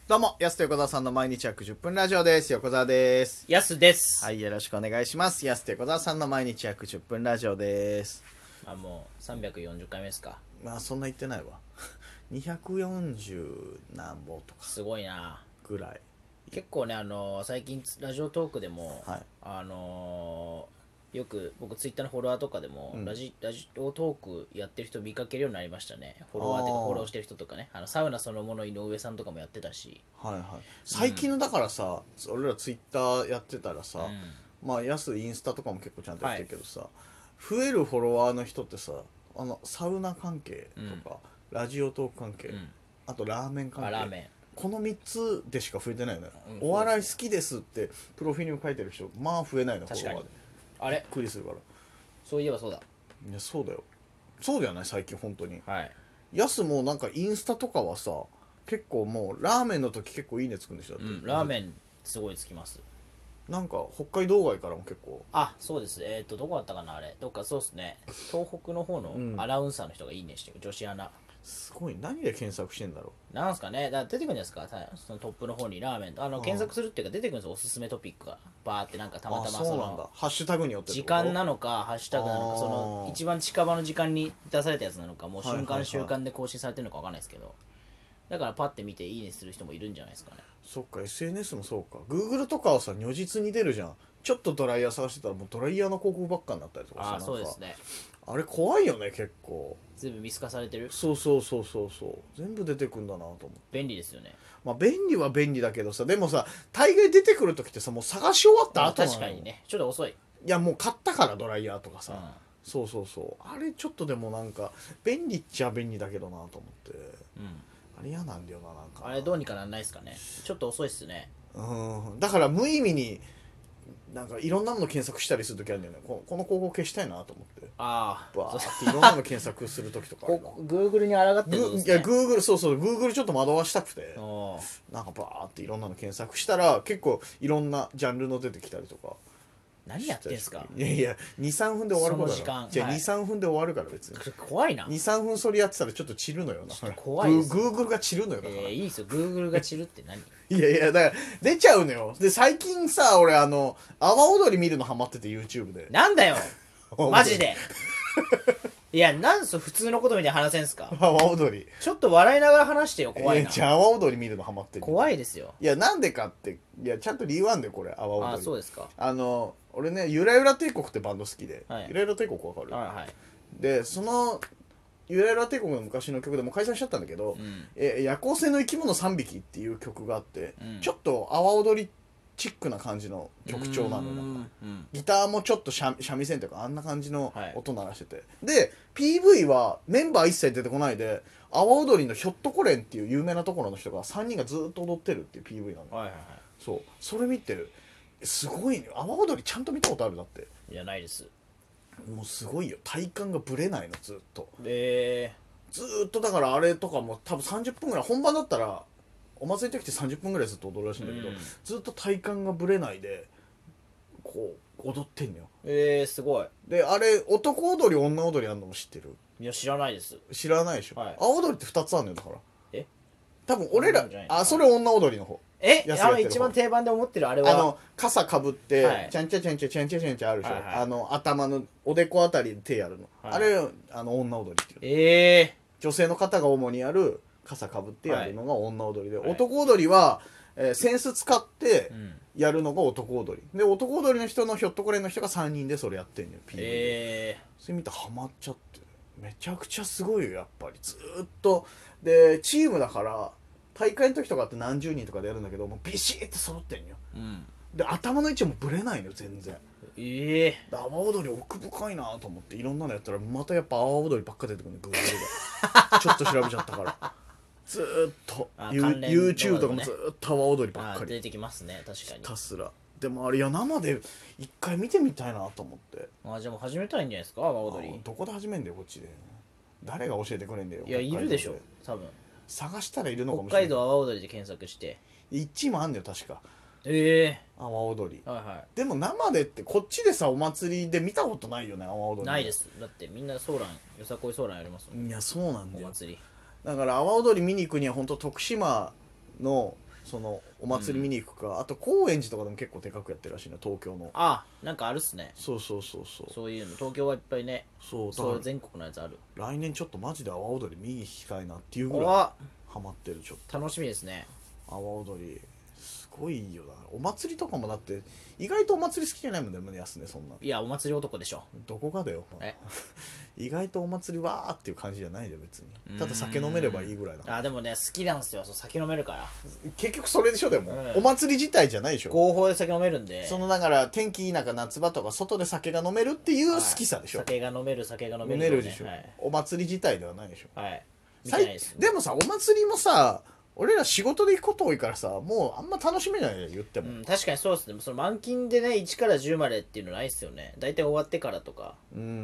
どうも、やすと横澤さんの毎日約10分ラジオです。横澤です。 やすです。 はい、よろしくお願いします。やすと横澤さんの毎日約10分ラジオです。 もう340回目ですか。 まあ、そんな言ってないわ。240何本とかすごいな。 ぐらい。 結構ね、最近ラジオトークでも、 はい。 よく僕ツイッターのフォロワーとかでも、ラジオトークやってる人見かけるようになりましたね。フォロワーっていうかフォローしてる人とかね、サウナそのもの井上さんとかもやってたし。 はいはい。最近のだからさ、俺らツイッターやってたらさ、まあ、やすインスタとかも結構ちゃんとやってるけどさ、増えるフォロワーの人ってさ、サウナ関係とか、ラジオトーク関係、あとラーメン関係。 ラーメン。 この3つでしか増えてないのよ、 うんお笑い好きですってプロフィールに書いてる人まあ増えないの。 確かにフォロワーであれびっくりするから。 そういえばそうだ。 いやそうだよ。そうじゃない最近本当に。 はい。 やすもなんかインスタとかはさ結構もうラーメンの時結構いいねつくんでしょ。だって、 ラーメンすごいつきます。 なんか北海道外からも結構。 あ、そうです。どこだったかなあれ。どっかそうですね。東北の方のアナウンサーの人がいいねしてる。女子アナ。 すごい。何で検索してんだろなんすかね、だから出てくるんですか、そのトップの方にラーメンと検索するっていうか出てくるんですよ、おすすめトピックがバーってなんかたまたまそうなんだ。ハッシュタグによってって時こと間なのかハッシュタグなのか、その一番近場の時間に出されたやつなのか、もう瞬間瞬間で更新されてるのかわかんないですけど、だからパッて見ていいねする人もいるんじゃないですかね。 そっか SNS もそうか。 Google とかはさ如実に出るじゃん。ちょっとドライヤー探してたらもうドライヤーの広告ばっかになったりとかさ。 あ、そうですね。 あれ怖いよね結構。 全部見透かされてる。 そう全部出てくんだなと思って。 便利ですよね。 まあ便利は便利だけどさ、でもさ大概出てくる時ってさもう探し終わった後なのよ。 確かにね、ちょっと遅い。 いやもう買ったからドライヤーとかさ、 うんそうあれちょっとでもなんか便利っちゃ便利だけどなと思って、あれ嫌なんだよな。なんかあれどうにかなんないですかね。ちょっと遅いっすね。 だから無意味になんかいろんなもの検索したりするときあるんだよね。この広告消したいなと思ってあバーっていろんなの検索するときとかあるな。 Google に抗ってるんですね。 いや Google Google ちょっと惑わしたくておなんかバーっていろんなの検索したら結構いろんなジャンルの出てきたりとか。 何やってんすか。 いや 2,3 分で終わることだその時間じゃあはい 2,3 分で終わるから別に怖いな。 2,3 分それやってたらちょっと散るのよな。 ちょっと怖いです Google が散るのよだから、 いいですよ。Google が散るって何。 いやだから出ちゃうのよ。で最近さ俺阿波踊り見るのハマってて YouTube で。 なんだよマジで。いや、なんそ普通のことみたいに話せんすか。 阿波踊りちょっと笑いながら話してよ。怖いな。 じゃあ阿波踊り見るのハマってる。 怖いですよ。 いやなんでかっていやちゃんと理由あんだよこれ阿波踊り。 あ、そうですか。 俺ねゆらゆら帝国ってバンド好きで、 はいゆらゆら帝国わかる、 はいでそのゆらゆら帝国の昔の曲でもう解散しちゃったんだけど「夜行性の生き物3匹」っていう曲があって、ちょっと阿波踊りチックな感じの曲調なの。なんかギターもちょっと三味線というかあんな感じの音鳴らしてて、で PV はメンバー一切出てこないで阿波踊りのひょっとこれんっていう有名なところの人が3人がずっと踊ってるっていう PV なの。そうそれ見てすごいね。阿波踊りちゃんと見たことある。だっていや、ないです。 もうすごいよ。体幹がぶれないのずっとで、 ずーっと。だからあれとかも多分30分ぐらい本番だったらお祭りの時って30分ぐらいずっと踊るらしいんだけど、ずっと体幹がぶれないでこう踊ってんのよ。 すごい。 であれ男踊り女踊りあんのも知ってる？ いや、知らないです。 知らないでしょ、 はい阿波踊りって2つあんのよ。だからえ多分俺ら女踊りじゃないそれ女踊りの方。安いやってる方一番定番で思ってるあれは傘かぶって、 はいちゃんちゃちゃんちゃちゃんちゃちゃんちゃあるでしょ、 はいはい頭のおでこあたりで手やるの、 はいあれ女踊りっていうの。 え女性の方が主にやる傘かぶってやるのが女踊りで、 はい男踊りは、扇子使ってんやるのが男踊りで、男踊りの人のひょっとこれの人が3人でそれやってんのよ PV で。それ見てハマっちゃってめちゃくちゃすごいよやっぱり。ずーっとでチームだから大会の時とかって何十人とかでやるんだけどもうビシッて揃ってんよ。で頭の位置もブレないのよ全然。で阿波踊り奥深いなと思っていろんなのやったらまたやっぱ阿波踊りばっか出てくるね Google がちょっと調べちゃったからずーっと関連 YouTube とかもずーっと阿波踊りばっかり出てきますね。確かに。 ひたすら。でもあれいや生で一回見てみたいなと思って。 じゃあもう始めたらいいんじゃないですか、阿波踊り。 どこで始めんだよこっちで。誰が教えてくれんだよ。 いや、いるでしょ多分。 探したらいるのかもし北れない。 海道阿波踊りで検索して。 1位もあんだよ確か阿波踊り。でも生でってこっちでさお祭りで見たことないよね阿波踊り。 ないです。だってみんなソーラン、よさこいソーランやりますもん。 いやそうなんだよ。 お祭り。 だから阿波踊り見に行くには本当徳島のそのお祭り見に行くか、あと高円寺とかでも結構でかくやってるらしいな、東京の。 あ、なんかあるっすね。 そうそういうの東京はいっぱいね。 そうそういう全国のやつある。 来年ちょっとマジで阿波踊り見に行きたいなっていうぐらいハマってる。ちょっと楽しみですね。 阿波踊りすごいいいよな。お祭りとかもだって意外とお祭り好きじゃないもんね、胸安ね。そんな、 いや、お祭り男でしょ。 どこかだよ意外とお祭りわーっていう感じじゃないで、別にただ酒飲めればいいぐらいだ。 あ、でもね、好きなんですよ。そう、酒飲めるから。 結局それでしょ。でも、お祭り自体じゃないでしょ。 合法で酒飲めるんで。 そのだから天気いい中夏場とか外で酒が飲めるっていう好きさでしょ。 酒が飲める飲めるでしょ、お祭り自体ではないでしょ。 はい。 でもさ、お祭りもさ、俺ら仕事で行くこと多いからさ、もうあんま楽しめないよ、言っても。 確かにそうですね。その満勤でね、1から10までっていうのないっすよね。大体終わってからとか。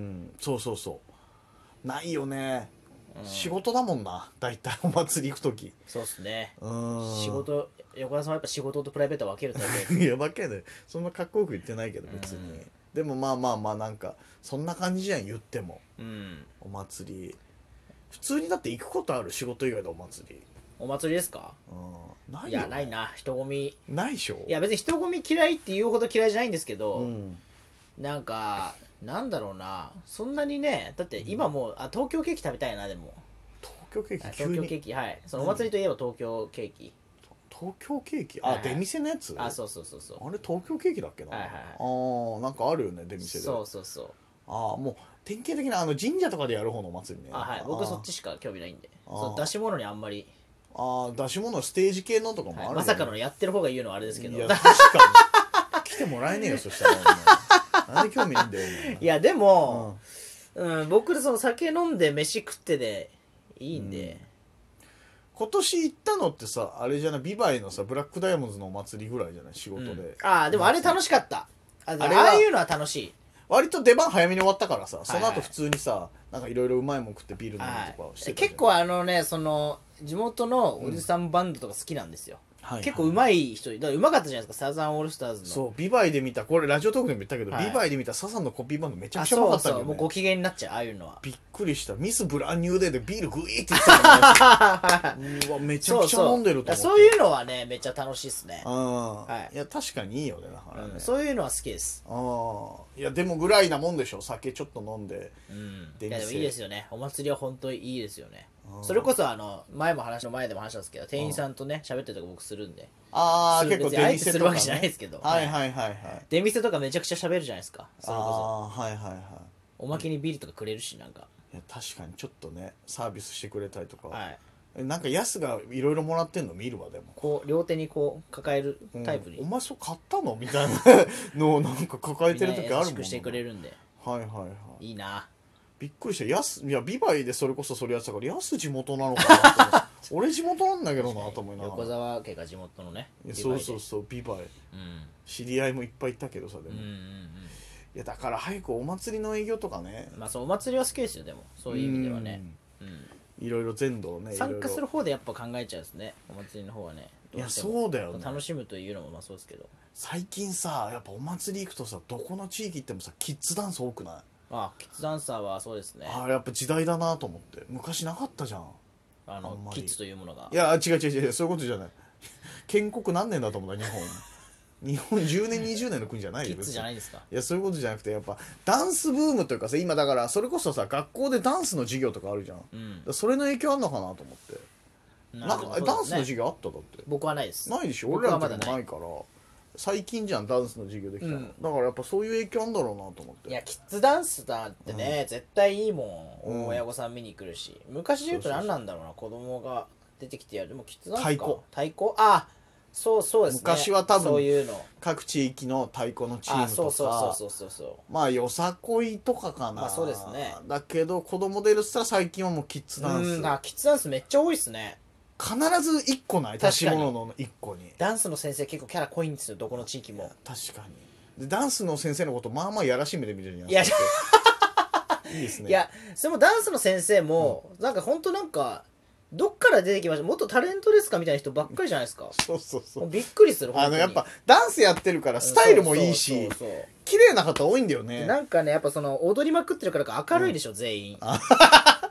そうないよね、仕事だもんな、大体お祭り行く時。 そうっすね。仕事、横田さんはやっぱ仕事とプライベート分けるタイプ。 いや、分けない。そんなかっこよく言ってないけど別に。でもまあなんかそんな感じじゃん、言っても。お祭り普通にだって行くことある？仕事以外でお祭り。 お祭りですか？ ないよね。 いや、ないな。人混みないでしょ。 いや、別に人混み嫌いっていうほど嫌いじゃないんですけど、なんかなんだろうな、そんなにね。だって今もう東京ケーキ食べたいな。でも東京ケーキ、 東京ケーキ、はい。そのお祭りといえば東京ケーキ。 東京ケーキ、出店のやつ。 そうあれ東京ケーキだっけな。なんかあるよね、出店で。 そうもう典型的な神社とかでやる方のお祭りね。 はい。僕そっちしか興味ないんで、出し物にあんまり。 出し物ステージ系のとかもある、 まさかのやってる方が言うのはあれですけど。 いや、確かに来てもらえねえよ、そしたら。なんで興味ないんだよ。 いやでも、僕その酒飲んで飯食ってでいいんで。 今年行ったのってさ、あれじゃない、ビバイのさ、ブラックダイヤモンドズのお祭りぐらいじゃない、仕事で。 でもあれ楽しかった。ああいうのは楽しい。 割と出番早めに終わったからさ、その後普通にさ、なんかいろいろうまいもん食ってビール飲むとかしてた。 結構その地元のおじさんバンドとか好きなんですよ。結構うまい人、だからうまかったじゃないですか、サザンオールスターズの。 そう、ビバイで見た、これラジオトークでも言ったけど、ビバイで見たサザンのコピーバンドめちゃくちゃうまかったんだよね。 もうご機嫌になっちゃう、ああいうのは。 びっくりした。ミスブランニューデーでビールグイーって言ってたのね。うわ、めちゃくちゃ飲んでると思って。 そういうのはね、めっちゃ楽しいっすね。 いや、確かにいいよね、だからね。 そういうのは好きです。 いや、でもぐらいなもんでしょ、酒ちょっと飲んで。 いや、でもいいですよね。お祭りは本当にいいですよね。それこそ前でも話したんですけど、店員さんとね喋ってるとか僕するんで。 結構出店とかするわけじゃないですけど。 はい。 出店とかめちゃくちゃ喋るじゃないですか。それこそ。 はい。 おまけにビールとかくれるし、なんか。 いや、確かにちょっとね、サービスしてくれたりとか。なんかヤスがいろいろもらってんの見るわ。でもこう両手にこう抱えるタイプに。 お前そう買ったのみたいなのをなんか抱えてる時あるもん。 優しくしてくれるんで。いいな。 びっくりした。いや、ビバイでそれこそそれやってたから、ヤス地元なのかなと思って俺地元なんだけどなと思いながら。 横澤家が地元のね。 そうビバイ、知り合いもいっぱいいたけどさ。でもいや、だから早くお祭りの営業とかね。 そう、お祭りは好きですよ。でもそういう意味ではね、 いろいろ全土をね参加する方でやっぱ考えちゃうんですね、お祭りの方はね。 いや、そうだよね。 楽しむというのもそうですけど、 最近さ、やっぱお祭り行くとさ、どこの地域行ってもさ、キッズダンス多くない？ キッズダンサーはそうですね。 やっぱ時代だなと思って。昔なかったじゃん、 キッズというものが。 いや、違う、そういうことじゃない。建国何年だと思うんだ、日本10年20年の国じゃないよ。 キッズじゃないですか。 いや、そういうことじゃなくて、やっぱダンスブームというかさ、今だからそれこそさ、学校でダンスの授業とかあるじゃん、それの影響あんのかなと思って。なんかダンスの授業あった？だって僕はないです。 ないでしょ。俺らの時もないから、最近じゃんダンスの授業できたの、だからやっぱそういう影響あんだろうなと思って。 いや、キッズダンスだってね、絶対いいもん、親御さん見に来るし。昔で言うと何なんだろうな、子供が出てきてやる。でもキッズダンスか、太鼓そうですね。 昔は多分そういうの各地域の太鼓のチームとか、 そうよさこいとかかな。 そうですね。 だけど子供出るっつったら最近はもうキッズダンス。 キッズダンスめっちゃ多いっすね。 必ず1個ない、出し物の1個に。 ダンスの先生結構キャラ濃いんですよ、どこの地域も。 確かに。でダンスの先生のことまあまあやらしい目で見るじゃん。いやいいですね。 いや、でもダンスの先生も、なんか本当なんかどっから出てきました、元タレントですかみたいな人ばっかりじゃないですか。 そうびっくりする。 やっぱダンスやってるからスタイルもいいし、綺麗な方多いんだよね。 なんかね、やっぱその踊りまくってるからか明るいでしょ、全員。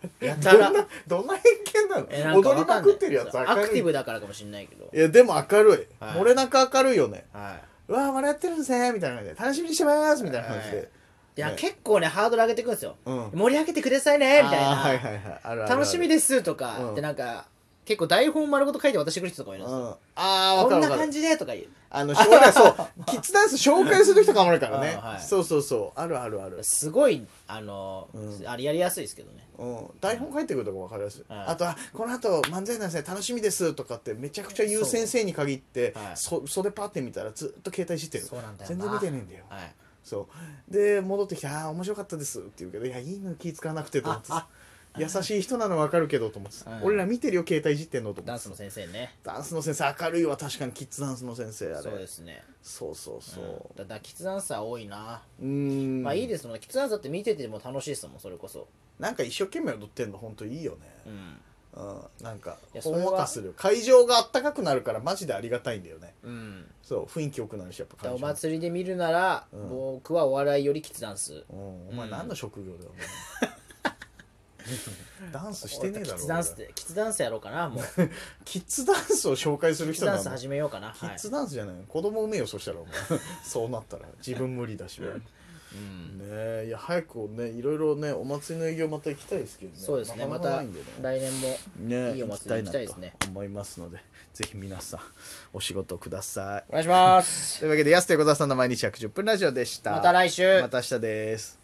やたらどんな偏見なの？ なんか踊りまくってるやつア明るい。 クティブだからかもしれないけど、 いやでも明るい、 はい漏れなく明るいよね。 はうわー笑ってるんですねみたいな感じで楽しみにしてますみたいな感じで、 いや、 ね結構ねハードル上げてくんですよ、 うん盛り上げてくださいねみたいな、 あーはいはいはいあるあるある楽しみですとか、 うんでなんか結構台本丸ごと書いて渡してくる人とかいるんですよ、 うん、ああ分こんかる分かる。 な感じでとか言う、 俺らそうキッズダンス紹介する時とかもあるからね、 はいそうそうそうあるあるある、 すごいんあれやりやすいですけどね。 うん、台本書いてくるとか分かりやすい、 はいあとはこの後漫才なんですね楽しみですとかってめちゃくちゃ言う先生に限って、 はい袖パって見たらずっと携帯いじってる、 そうなんだよな全然見てねえんだよ、 はいそうで戻ってきて「ああ面白かったです」って言うけど「いやいいの気使わなくて」と思ってさ優しい人なの分かるけどと思ってさ、 はい俺ら見てるよ携帯いじってんのと思ってさダンスの先生ね。 ダンスの先生明るいわ確かにキッズダンスの先生あれそうですね。 そうそうそうだからキッズダンサー多いな。 んまあいいですもんね。キッズダンサーって見てても楽しいですもん、それこそ。 なんか一生懸命踊ってんの本当いいよねうん。 うん、なんかいやそれはほんわかする会場があったかくなるからマジでありがたいんだよねうん。 そう雰囲気良くなるしやっぱだからお会場祭りで見るなら、 うん僕はお笑いよりキッズダンス。 うんお前何の職業だよお前ダンスしてねえだろキッズダンスって、キッズダンスやろうかな、もう。 キッズダンスを紹介するキッズダンス人なの始めようかな。 キッズはい。 ダンスじゃないの子供産めよそしたらお前そうなったら自分無理だしねうん。 えいや早くねいろいろねお祭りの営業また行きたいですけどねそうですね。 なまたかなかないんでね来年もねいいお祭り行きたいですね。 と思いますのでぜひ皆さんお仕事くださいお願いします。 というわけで安手小沢さんの毎日約10分ラジオでしたまた来週また明日です